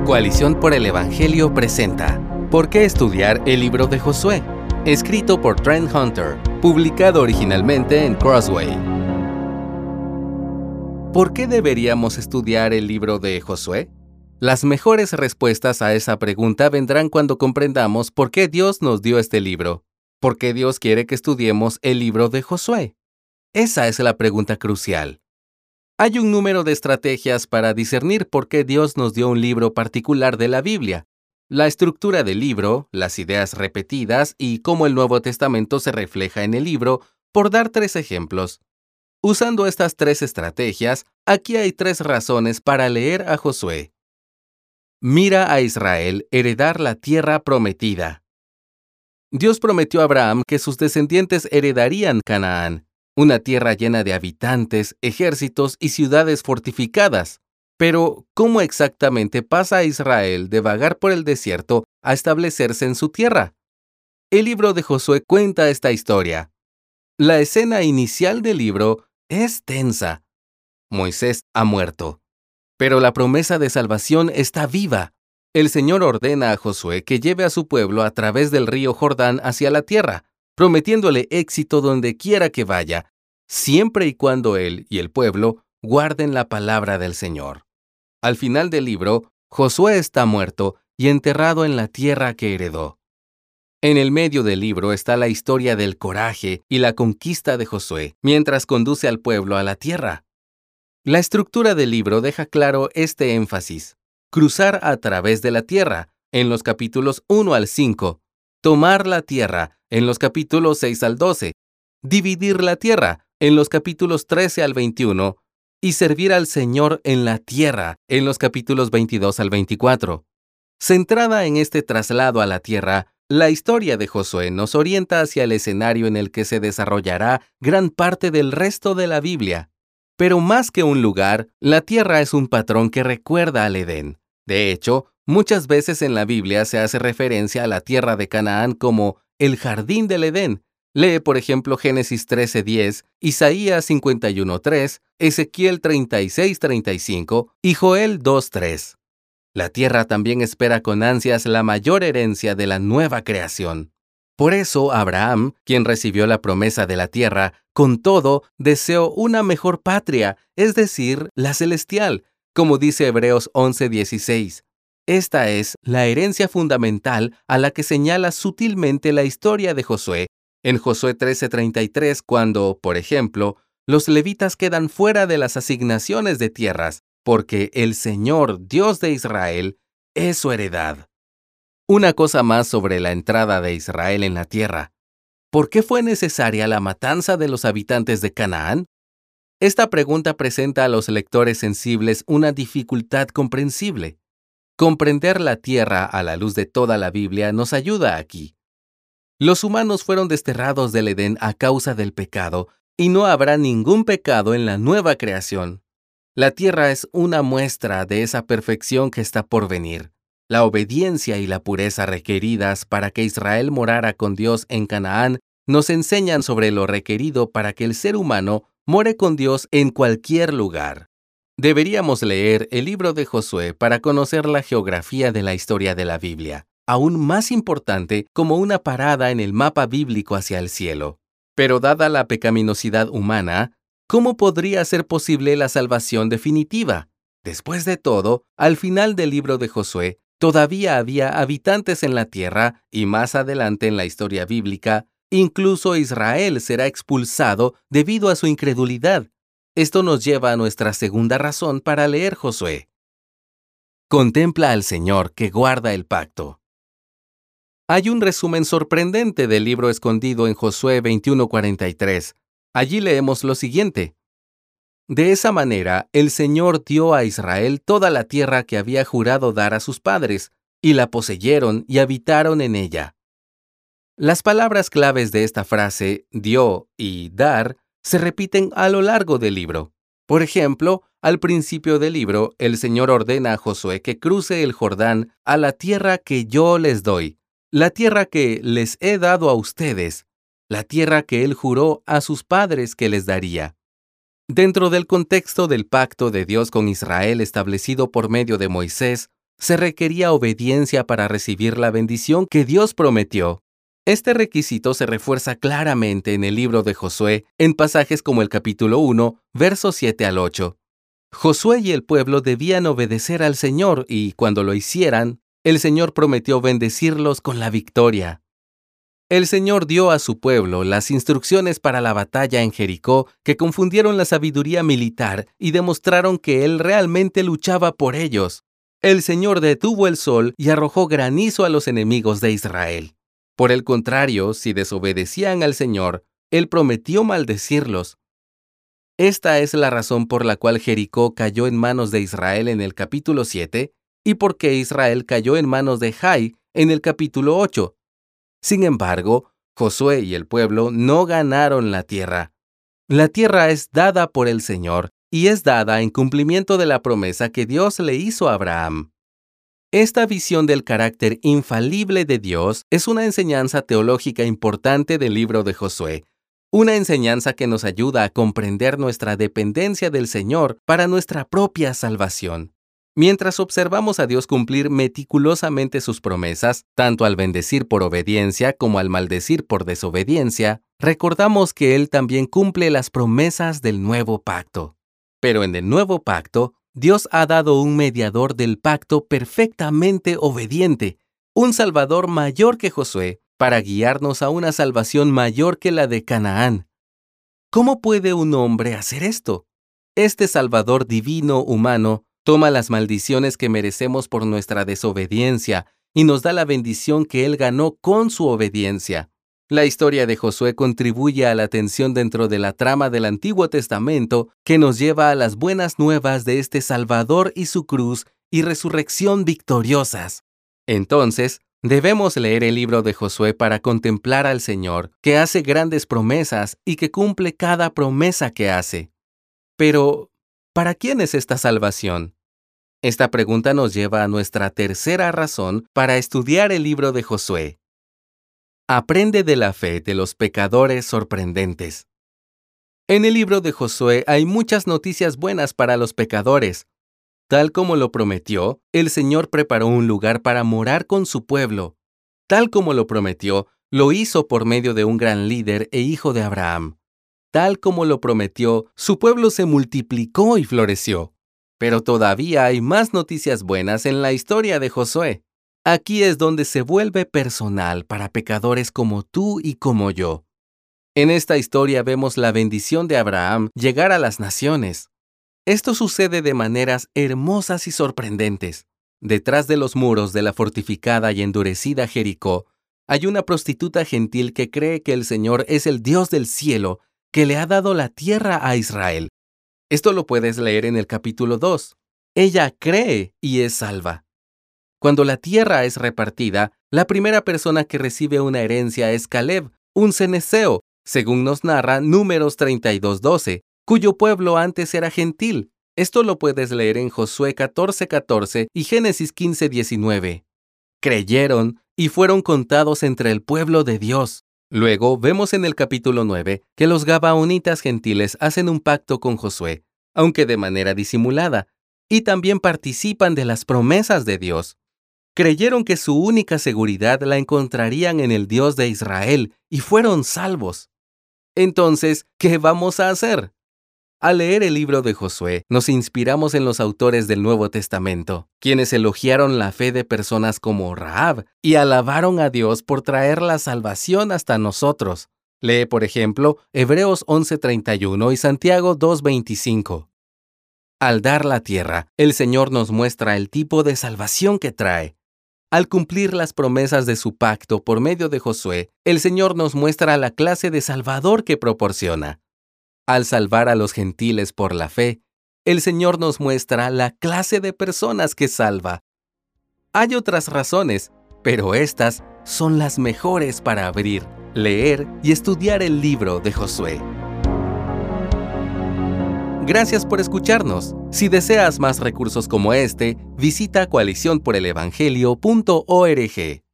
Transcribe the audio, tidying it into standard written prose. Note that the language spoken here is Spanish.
Coalición por el Evangelio presenta ¿Por qué estudiar el libro de Josué? Escrito por Trent Hunter, publicado originalmente en Crossway. ¿Por qué deberíamos estudiar el libro de Josué? Las mejores respuestas a esa pregunta vendrán cuando comprendamos por qué Dios nos dio este libro. ¿Por qué Dios quiere que estudiemos el libro de Josué? Esa es la pregunta crucial. Hay un número de estrategias para discernir por qué Dios nos dio un libro particular de la Biblia, la estructura del libro, las ideas repetidas y cómo el Nuevo Testamento se refleja en el libro, por dar 3 ejemplos. Usando estas 3 estrategias, aquí hay 3 razones para leer a Josué. Mira a Israel heredar la tierra prometida. Dios prometió a Abraham que sus descendientes heredarían Canaán, una tierra llena de habitantes, ejércitos y ciudades fortificadas. Pero, ¿cómo exactamente pasa a Israel de vagar por el desierto a establecerse en su tierra? El libro de Josué cuenta esta historia. La escena inicial del libro es tensa. Moisés ha muerto, pero la promesa de salvación está viva. El Señor ordena a Josué que lleve a su pueblo a través del río Jordán hacia la tierra, prometiéndole éxito donde quiera que vaya, siempre y cuando él y el pueblo guarden la palabra del Señor. Al final del libro, Josué está muerto y enterrado en la tierra que heredó. En el medio del libro está la historia del coraje y la conquista de Josué, mientras conduce al pueblo a la tierra. La estructura del libro deja claro este énfasis: cruzar a través de la tierra, en los capítulos 1 al 5, tomar la tierra, en los capítulos 6 al 12, dividir la tierra, en los capítulos 13 al 21, y servir al Señor en la tierra, en los capítulos 22 al 24. Centrada en este traslado a la tierra, la historia de Josué nos orienta hacia el escenario en el que se desarrollará gran parte del resto de la Biblia. Pero más que un lugar, la tierra es un patrón que recuerda al Edén. De hecho, muchas veces en la Biblia se hace referencia a la tierra de Canaán como el jardín del Edén. Lee, por ejemplo, Génesis 13:10, Isaías 51:3, Ezequiel 36:35 y Joel 2:3. La tierra también espera con ansias la mayor herencia de la nueva creación. Por eso, Abraham, quien recibió la promesa de la tierra, con todo, deseó una mejor patria, es decir, la celestial, como dice Hebreos 11:16. Esta es la herencia fundamental a la que señala sutilmente la historia de Josué, en Josué 13:33, cuando, por ejemplo, los levitas quedan fuera de las asignaciones de tierras, porque el Señor, Dios de Israel, es su heredad. Una cosa más sobre la entrada de Israel en la tierra. ¿Por qué fue necesaria la matanza de los habitantes de Canaán? Esta pregunta presenta a los lectores sensibles una dificultad comprensible. Comprender la tierra a la luz de toda la Biblia nos ayuda aquí. Los humanos fueron desterrados del Edén a causa del pecado, y no habrá ningún pecado en la nueva creación. La tierra es una muestra de esa perfección que está por venir. La obediencia y la pureza requeridas para que Israel morara con Dios en Canaán nos enseñan sobre lo requerido para que el ser humano more con Dios en cualquier lugar. Deberíamos leer el libro de Josué para conocer la geografía de la historia de la Biblia, aún más importante como una parada en el mapa bíblico hacia el cielo. Pero dada la pecaminosidad humana, ¿cómo podría ser posible la salvación definitiva? Después de todo, al final del libro de Josué, todavía había habitantes en la tierra y más adelante en la historia bíblica, incluso Israel será expulsado debido a su incredulidad. Esto nos lleva a nuestra segunda razón para leer Josué. Contempla al Señor que guarda el pacto. Hay un resumen sorprendente del libro escondido en Josué 21:43. Allí leemos lo siguiente: De esa manera, el Señor dio a Israel toda la tierra que había jurado dar a sus padres, y la poseyeron y habitaron en ella. Las palabras claves de esta frase, dio y dar, se repiten a lo largo del libro. Por ejemplo, al principio del libro, el Señor ordena a Josué que cruce el Jordán a la tierra que yo les doy, la tierra que les he dado a ustedes, la tierra que Él juró a sus padres que les daría. Dentro del contexto del pacto de Dios con Israel establecido por medio de Moisés, se requería obediencia para recibir la bendición que Dios prometió. Este requisito se refuerza claramente en el libro de Josué, en pasajes como el capítulo 1, versos 7 al 8. Josué y el pueblo debían obedecer al Señor y, cuando lo hicieran, el Señor prometió bendecirlos con la victoria. El Señor dio a su pueblo las instrucciones para la batalla en Jericó que confundieron la sabiduría militar y demostraron que Él realmente luchaba por ellos. El Señor detuvo el sol y arrojó granizo a los enemigos de Israel. Por el contrario, si desobedecían al Señor, Él prometió maldecirlos. Esta es la razón por la cual Jericó cayó en manos de Israel en el capítulo 7 y por qué Israel cayó en manos de Jai en el capítulo 8. Sin embargo, Josué y el pueblo no ganaron la tierra. La tierra es dada por el Señor y es dada en cumplimiento de la promesa que Dios le hizo a Abraham. Esta visión del carácter infalible de Dios es una enseñanza teológica importante del libro de Josué, una enseñanza que nos ayuda a comprender nuestra dependencia del Señor para nuestra propia salvación. Mientras observamos a Dios cumplir meticulosamente sus promesas, tanto al bendecir por obediencia como al maldecir por desobediencia, recordamos que Él también cumple las promesas del nuevo pacto. Pero en el nuevo pacto, Dios ha dado un mediador del pacto perfectamente obediente, un Salvador mayor que Josué, para guiarnos a una salvación mayor que la de Canaán. ¿Cómo puede un hombre hacer esto? Este Salvador divino humano toma las maldiciones que merecemos por nuestra desobediencia y nos da la bendición que Él ganó con su obediencia. La historia de Josué contribuye a la tensión dentro de la trama del Antiguo Testamento que nos lleva a las buenas nuevas de este Salvador y su cruz y resurrección victoriosas. Entonces, debemos leer el libro de Josué para contemplar al Señor, que hace grandes promesas y que cumple cada promesa que hace. Pero, ¿para quién es esta salvación? Esta pregunta nos lleva a nuestra tercera razón para estudiar el libro de Josué. Aprende de la fe de los pecadores sorprendentes. En el libro de Josué hay muchas noticias buenas para los pecadores. Tal como lo prometió, el Señor preparó un lugar para morar con su pueblo. Tal como lo prometió, lo hizo por medio de un gran líder e hijo de Abraham. Tal como lo prometió, su pueblo se multiplicó y floreció. Pero todavía hay más noticias buenas en la historia de Josué. Aquí es donde se vuelve personal para pecadores como tú y como yo. En esta historia vemos la bendición de Abraham llegar a las naciones. Esto sucede de maneras hermosas y sorprendentes. Detrás de los muros de la fortificada y endurecida Jericó, hay una prostituta gentil que cree que el Señor es el Dios del cielo, que le ha dado la tierra a Israel. Esto lo puedes leer en el capítulo 2. Ella cree y es salva. Cuando la tierra es repartida, la primera persona que recibe una herencia es Caleb, un cenezeo, según nos narra Números 32:12, cuyo pueblo antes era gentil. Esto lo puedes leer en Josué 14:14 y Génesis 15:19. Creyeron y fueron contados entre el pueblo de Dios. Luego vemos en el capítulo 9 que los gabaonitas gentiles hacen un pacto con Josué, aunque de manera disimulada, y también participan de las promesas de Dios. Creyeron que su única seguridad la encontrarían en el Dios de Israel y fueron salvos. Entonces, ¿qué vamos a hacer? Al leer el libro de Josué, nos inspiramos en los autores del Nuevo Testamento, quienes elogiaron la fe de personas como Rahab y alabaron a Dios por traer la salvación hasta nosotros. Lee, por ejemplo, Hebreos 11:31 y Santiago 2:25. Al dar la tierra, el Señor nos muestra el tipo de salvación que trae. Al cumplir las promesas de su pacto por medio de Josué, el Señor nos muestra la clase de Salvador que proporciona. Al salvar a los gentiles por la fe, el Señor nos muestra la clase de personas que salva. Hay otras razones, pero estas son las mejores para abrir, leer y estudiar el libro de Josué. Gracias por escucharnos. Si deseas más recursos como este, visita coaliciónporelevangelio.org.